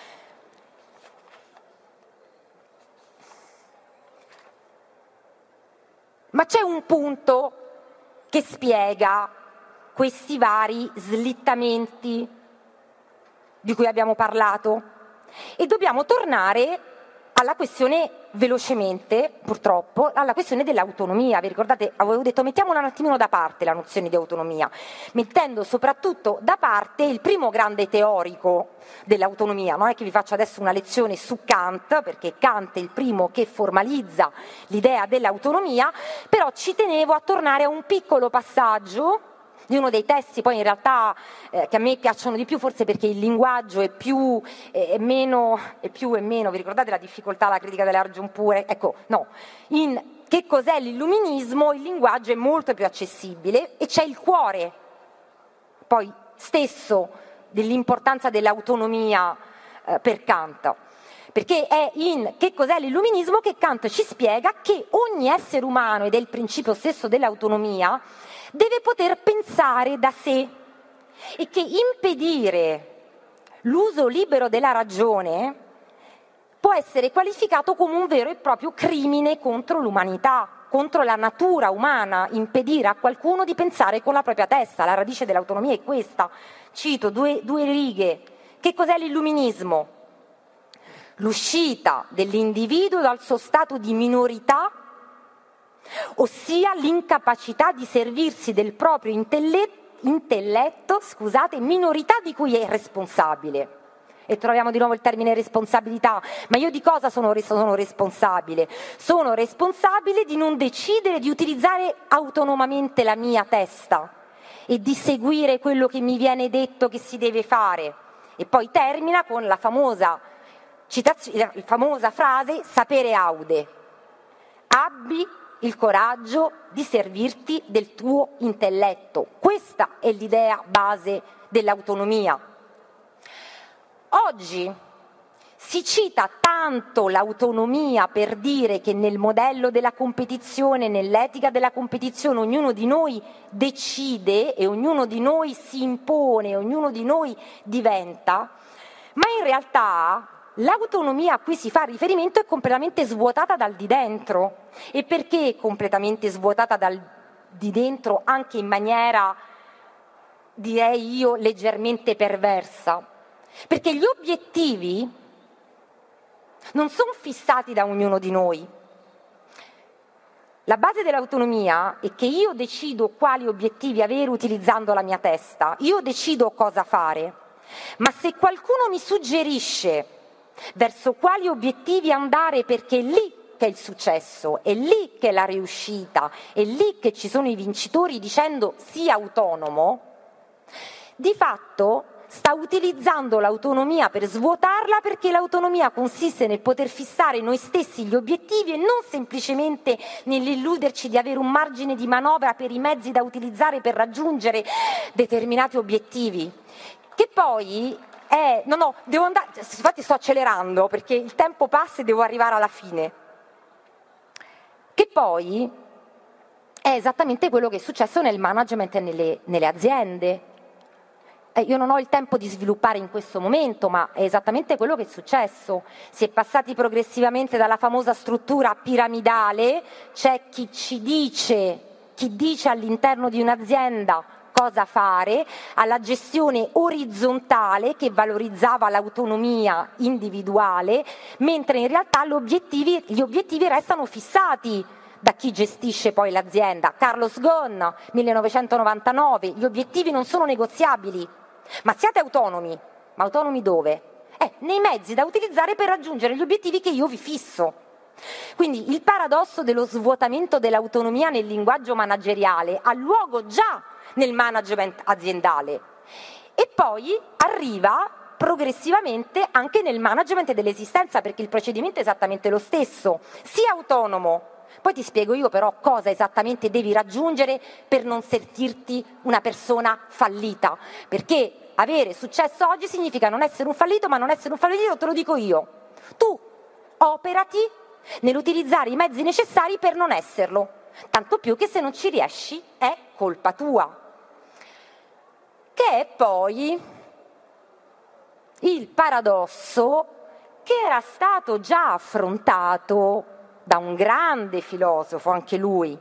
Ma c'è un punto che spiega questi vari slittamenti di cui abbiamo parlato e dobbiamo tornare alla questione velocemente, purtroppo, alla questione dell'autonomia. Vi ricordate, avevo detto mettiamola un attimino da parte la nozione di autonomia, mettendo soprattutto da parte il primo grande teorico dell'autonomia. Non è che vi faccio adesso una lezione su Kant, perché Kant è il primo che formalizza l'idea dell'autonomia, però ci tenevo a tornare a un piccolo passaggio di uno dei testi, poi in realtà eh, che a me piacciono di più, forse perché il linguaggio è più e meno, è più e meno, vi ricordate la difficoltà, la critica dell'Arjun pure? Ecco, no, in Che cos'è l'illuminismo il linguaggio è molto più accessibile e c'è il cuore, poi stesso, dell'importanza dell'autonomia eh, per Kant. Perché è in Che cos'è l'illuminismo che Kant ci spiega che ogni essere umano, ed è il principio stesso dell'autonomia, deve poter pensare da sé e che impedire l'uso libero della ragione può essere qualificato come un vero e proprio crimine contro l'umanità, contro la natura umana, impedire a qualcuno di pensare con la propria testa. La radice dell'autonomia è questa. Cito due, due righe. Che cos'è l'illuminismo? L'uscita dell'individuo dal suo stato di minorità, ossia l'incapacità di servirsi del proprio intelletto, intelletto scusate, minorità di cui è responsabile. E troviamo di nuovo il termine responsabilità, ma io di cosa sono, sono responsabile? Sono responsabile di non decidere di utilizzare autonomamente la mia testa e di seguire quello che mi viene detto che si deve fare. E poi termina con la famosa, citazione, la famosa frase sapere aude, abbi il coraggio di servirti del tuo intelletto. Questa è l'idea base dell'autonomia. Oggi si cita tanto l'autonomia per dire che nel modello della competizione, nell'etica della competizione, ognuno di noi decide e ognuno di noi si impone, ognuno di noi diventa, ma in realtà l'autonomia a cui si fa riferimento è completamente svuotata dal di dentro. E perché è completamente svuotata dal di dentro anche in maniera, direi io, leggermente perversa? Perché gli obiettivi non sono fissati da ognuno di noi. La base dell'autonomia è che io decido quali obiettivi avere utilizzando la mia testa, io decido cosa fare, ma se qualcuno mi suggerisce verso quali obiettivi andare perché è lì che è il successo, è lì che è la riuscita, è lì che ci sono i vincitori dicendo sii autonomo, di fatto sta utilizzando l'autonomia per svuotarla, perché l'autonomia consiste nel poter fissare noi stessi gli obiettivi e non semplicemente nell'illuderci di avere un margine di manovra per i mezzi da utilizzare per raggiungere determinati obiettivi. Che poi è, no no, devo andare, infatti sto accelerando perché il tempo passa e devo arrivare alla fine. Che poi è esattamente quello che è successo nel management e nelle, nelle aziende. Eh, io non ho il tempo di sviluppare in questo momento, ma è esattamente quello che è successo. Si è passati progressivamente dalla famosa struttura piramidale, c'è chi ci dice, chi dice all'interno di un'azienda cosa fare, alla gestione orizzontale che valorizzava l'autonomia individuale, mentre in realtà gli obiettivi, gli obiettivi restano fissati da chi gestisce poi l'azienda. Carlos Ghosn, millenovecentonovantanove, gli obiettivi non sono negoziabili. Ma siate autonomi. Ma autonomi dove? è nei mezzi da utilizzare per raggiungere gli obiettivi che io vi fisso. Quindi il paradosso dello svuotamento dell'autonomia nel linguaggio manageriale ha luogo già nel management aziendale e poi arriva progressivamente anche nel management dell'esistenza, perché il procedimento è esattamente lo stesso, sia autonomo. Poi ti spiego io però cosa esattamente devi raggiungere per non sentirti una persona fallita, perché avere successo oggi significa non essere un fallito, ma non essere un fallito te lo dico io. Tu operati nell'utilizzare i mezzi necessari per non esserlo, tanto più che se non ci riesci è colpa tua. Che è poi il paradosso che era stato già affrontato da un grande filosofo, anche lui,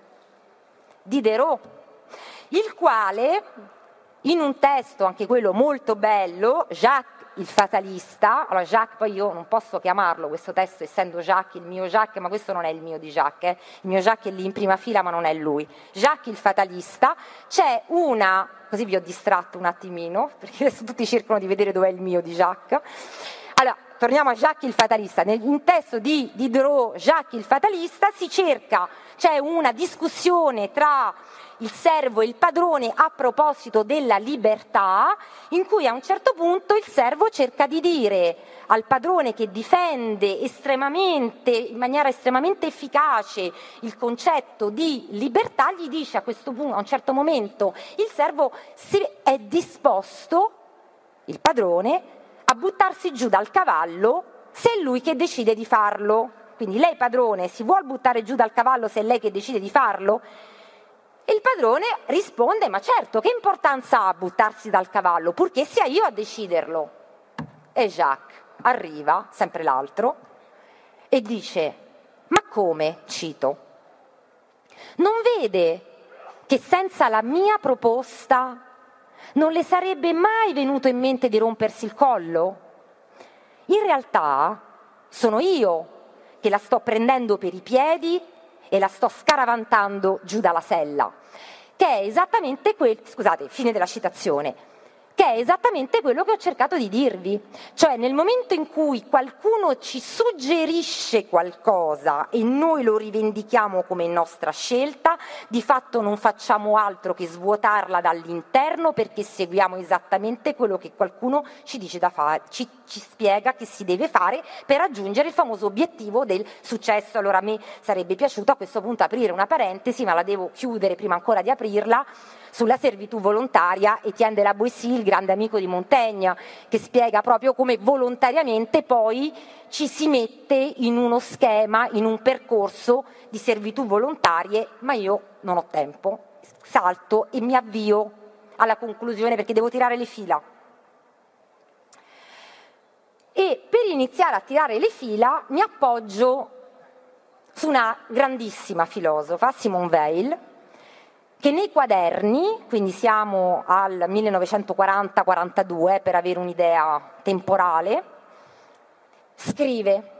Diderot, il quale in un testo, anche quello molto bello, Jacques il fatalista, allora Jacques poi io non posso chiamarlo questo testo essendo Jacques il mio Jacques, ma questo non è il mio di Jacques, eh. Il mio Jacques è lì in prima fila ma non è lui, Jacques il fatalista, c'è una, così vi ho distratto un attimino, perché adesso tutti cercano di vedere dov'è il mio di Jacques. Allora, torniamo a Jacques il fatalista, nel testo di Diderot, Jacques il fatalista, si cerca, c'è una discussione tra il servo e il padrone a proposito della libertà, in cui a un certo punto il servo cerca di dire al padrone che difende estremamente, in maniera estremamente efficace il concetto di libertà, gli dice a questo punto, a un certo momento, il servo si è disposto, il padrone, a buttarsi giù dal cavallo se è lui che decide di farlo. Quindi lei padrone si vuol buttare giù dal cavallo se è lei che decide di farlo? E il padrone risponde, ma certo, che importanza ha buttarsi dal cavallo, purché sia io a deciderlo. E Jacques arriva, sempre l'altro, e dice, ma come, cito, non vede che senza la mia proposta non le sarebbe mai venuto in mente di rompersi il collo? In realtà sono io che la sto prendendo per i piedi e la sto scaravantando giù dalla sella, che è esattamente quel, scusate, fine della citazione, che è esattamente quello che ho cercato di dirvi, cioè nel momento in cui qualcuno ci suggerisce qualcosa e noi lo rivendichiamo come nostra scelta, di fatto non facciamo altro che svuotarla dall'interno, perché seguiamo esattamente quello che qualcuno ci dice da fare, ci, ci spiega che si deve fare per raggiungere il famoso obiettivo del successo. Allora a me sarebbe piaciuto a questo punto aprire una parentesi, ma la devo chiudere prima ancora di aprirla, sulla servitù volontaria, Etienne de la Boétie, il grande amico di Montaigne, che spiega proprio come volontariamente poi ci si mette in uno schema, in un percorso di servitù volontarie, ma io non ho tempo, salto e mi avvio alla conclusione perché devo tirare le fila. E per iniziare a tirare le fila mi appoggio su una grandissima filosofa, Simone Weil, che nei quaderni, quindi siamo al millenovecentoquaranta quarantadue per avere un'idea temporale, scrive: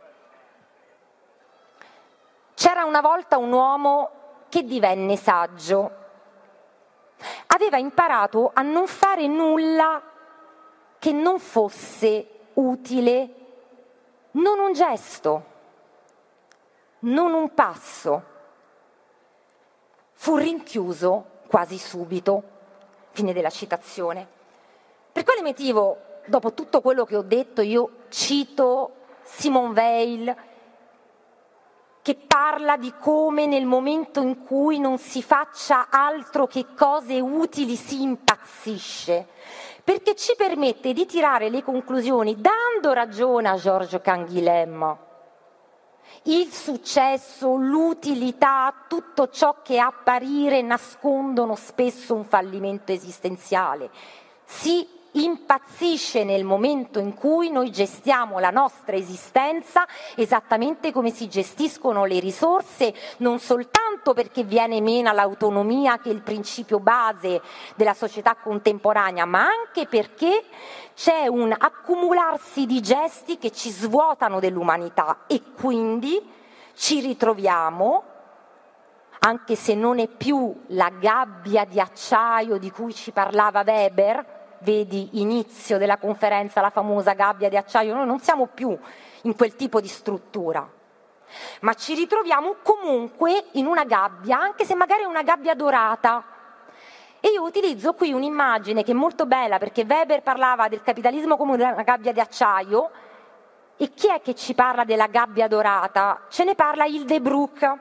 c'era una volta un uomo che divenne saggio. Aveva imparato a non fare nulla che non fosse utile, non un gesto, non un passo. Fu rinchiuso quasi subito. Fine della citazione. Per quale motivo, dopo tutto quello che ho detto, io cito Simone Weil, che parla di come nel momento in cui non si faccia altro che cose utili si impazzisce? Perché ci permette di tirare le conclusioni dando ragione a Georges Canguilhem. Il successo, l'utilità, tutto ciò che a apparire nascondono spesso un fallimento esistenziale. Si impazzisce nel momento in cui noi gestiamo la nostra esistenza esattamente come si gestiscono le risorse, non soltanto perché viene meno l'autonomia, che è il principio base della società contemporanea, ma anche perché c'è un accumularsi di gesti che ci svuotano dell'umanità e quindi ci ritroviamo, anche se non è più la gabbia di acciaio di cui ci parlava Weber, vedi inizio della conferenza, la famosa gabbia di acciaio, noi non siamo più in quel tipo di struttura, ma ci ritroviamo comunque in una gabbia, anche se magari è una gabbia dorata. E io utilizzo qui un'immagine che è molto bella, perché Weber parlava del capitalismo come una gabbia di acciaio, e chi è che ci parla della gabbia dorata? Ce ne parla Hildebrouck,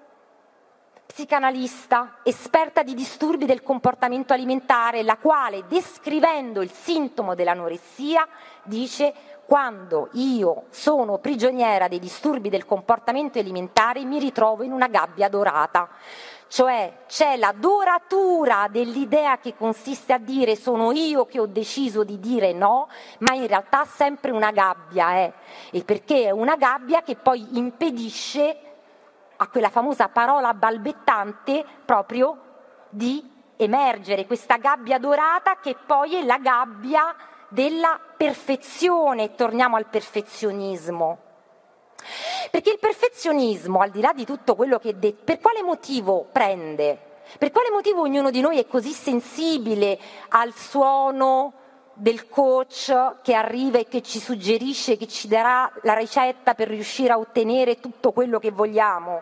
psicanalista, esperta di disturbi del comportamento alimentare, la quale, descrivendo il sintomo dell'anoressia, dice: quando io sono prigioniera dei disturbi del comportamento alimentare mi ritrovo in una gabbia dorata. Cioè c'è la doratura dell'idea che consiste a dire sono io che ho deciso di dire no, ma in realtà sempre una gabbia è, e perché è una gabbia che poi impedisce a quella famosa parola balbettante proprio di emergere, questa gabbia dorata che poi è la gabbia della perfezione. Torniamo al perfezionismo. Perché il perfezionismo, al di là di tutto quello che è detto, per quale motivo prende? Per quale motivo ognuno di noi è così sensibile al suono del coach che arriva e che ci suggerisce, che ci darà la ricetta per riuscire a ottenere tutto quello che vogliamo?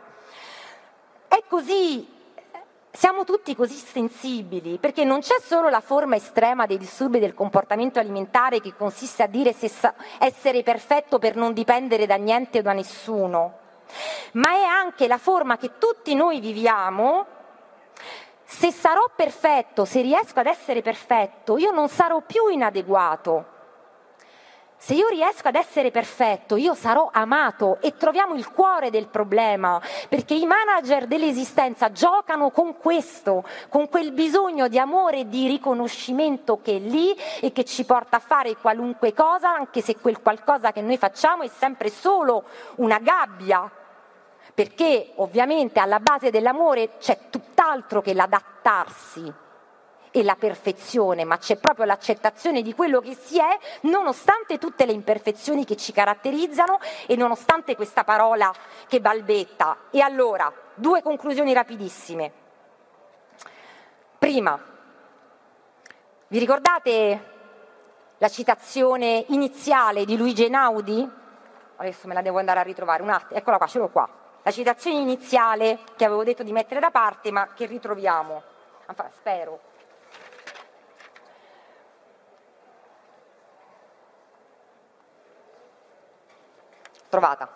È così. Siamo tutti così sensibili, perché non c'è solo la forma estrema dei disturbi del comportamento alimentare che consiste a dire se sa- essere perfetto per non dipendere da niente o da nessuno, ma è anche la forma che tutti noi viviamo. Se sarò perfetto, se riesco ad essere perfetto, io non sarò più inadeguato. Se io riesco ad essere perfetto, io sarò amato, e troviamo il cuore del problema, perché i manager dell'esistenza giocano con questo, con quel bisogno di amore e di riconoscimento che è lì e che ci porta a fare qualunque cosa, anche se quel qualcosa che noi facciamo è sempre solo una gabbia, perché ovviamente alla base dell'amore c'è tutt'altro che l'adattarsi e la perfezione, ma c'è proprio l'accettazione di quello che si è, nonostante tutte le imperfezioni che ci caratterizzano e nonostante questa parola che balbetta. E allora, due conclusioni rapidissime. Prima, vi ricordate la citazione iniziale di Luigi Einaudi? Adesso me la devo andare a ritrovare, un attimo, eccola qua, ce l'ho qua. La citazione iniziale che avevo detto di mettere da parte, ma che ritroviamo. Spero. Trovata.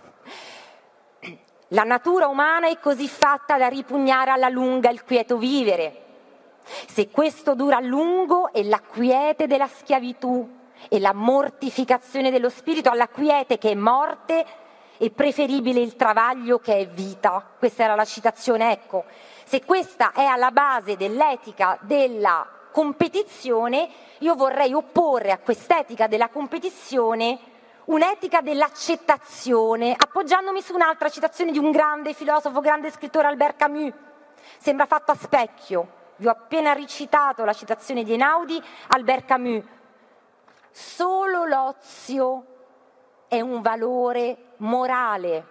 La natura umana è così fatta da ripugnare alla lunga il quieto vivere. Se questo dura a lungo è la quiete della schiavitù e la mortificazione dello spirito. Alla quiete che è morte è preferibile il travaglio che è vita. Questa era la citazione, ecco. Se questa è alla base dell'etica della competizione, io vorrei opporre a quest'etica della competizione un'etica dell'accettazione, appoggiandomi su un'altra citazione di un grande filosofo, grande scrittore, Albert Camus. Sembra fatto a specchio. Vi ho appena recitato la citazione di Einaudi, Albert Camus. Solo l'ozio è un valore morale.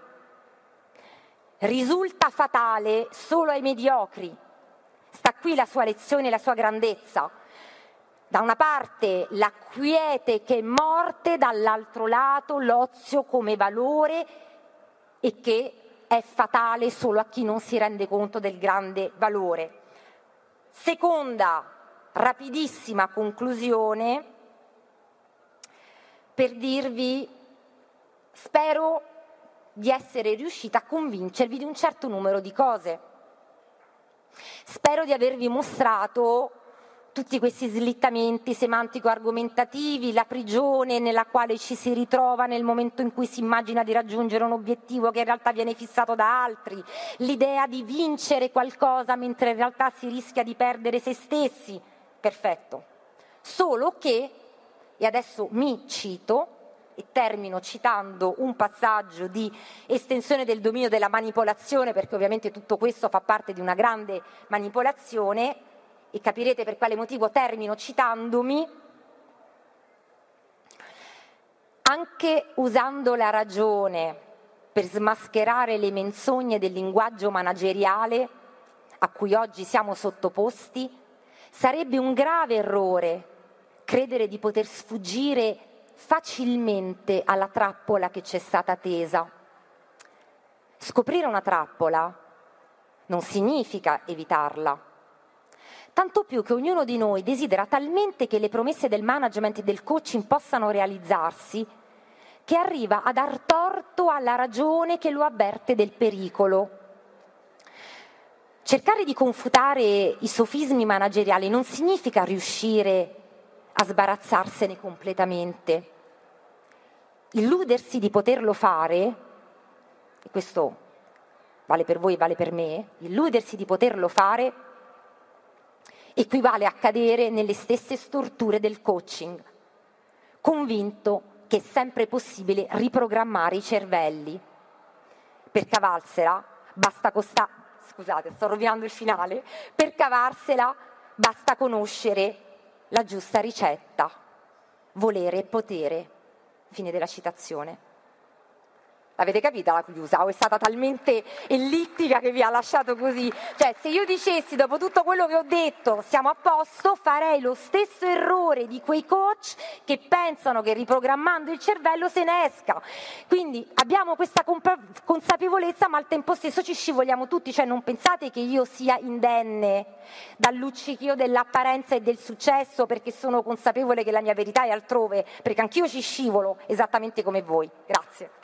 Risulta fatale solo ai mediocri. Sta qui la sua lezione e la sua grandezza. Da una parte la quiete che è morte, dall'altro lato l'ozio come valore e che è fatale solo a chi non si rende conto del grande valore. Seconda, rapidissima conclusione per dirvi, spero di essere riuscita a convincervi di un certo numero di cose. Spero di avervi mostrato tutti questi slittamenti semantico-argomentativi, la prigione nella quale ci si ritrova nel momento in cui si immagina di raggiungere un obiettivo che in realtà viene fissato da altri, l'idea di vincere qualcosa mentre in realtà si rischia di perdere se stessi. Perfetto. Solo che, e adesso mi cito, e termino citando un passaggio di estensione del dominio della manipolazione, perché ovviamente tutto questo fa parte di una grande manipolazione, e capirete per quale motivo termino citandomi. Anche usando la ragione per smascherare le menzogne del linguaggio manageriale a cui oggi siamo sottoposti, sarebbe un grave errore credere di poter sfuggire facilmente alla trappola che ci è stata tesa. Scoprire una trappola non significa evitarla, tanto più che ognuno di noi desidera talmente che le promesse del management e del coaching possano realizzarsi, che arriva a dar torto alla ragione che lo avverte del pericolo. Cercare di confutare i sofismi manageriali non significa riuscire a sbarazzarsene completamente. Illudersi di poterlo fare, e questo vale per voi e vale per me, illudersi di poterlo fare equivale a cadere nelle stesse storture del coaching, convinto che è sempre possibile riprogrammare i cervelli. Per cavarsela basta costa- scusate, sto rovinando il finale, per cavarsela basta conoscere la giusta ricetta, volere e potere. Fine della citazione. L'avete capita la chiusa? O è stata talmente ellittica che vi ha lasciato così? Cioè, se io dicessi dopo tutto quello che ho detto siamo a posto, farei lo stesso errore di quei coach che pensano che riprogrammando il cervello se ne esca. Quindi abbiamo questa compa- consapevolezza, ma al tempo stesso ci scivoliamo tutti. Cioè, non pensate che io sia indenne dal luccichio dell'apparenza e del successo perché sono consapevole che la mia verità è altrove, perché anch'io ci scivolo esattamente come voi. Grazie.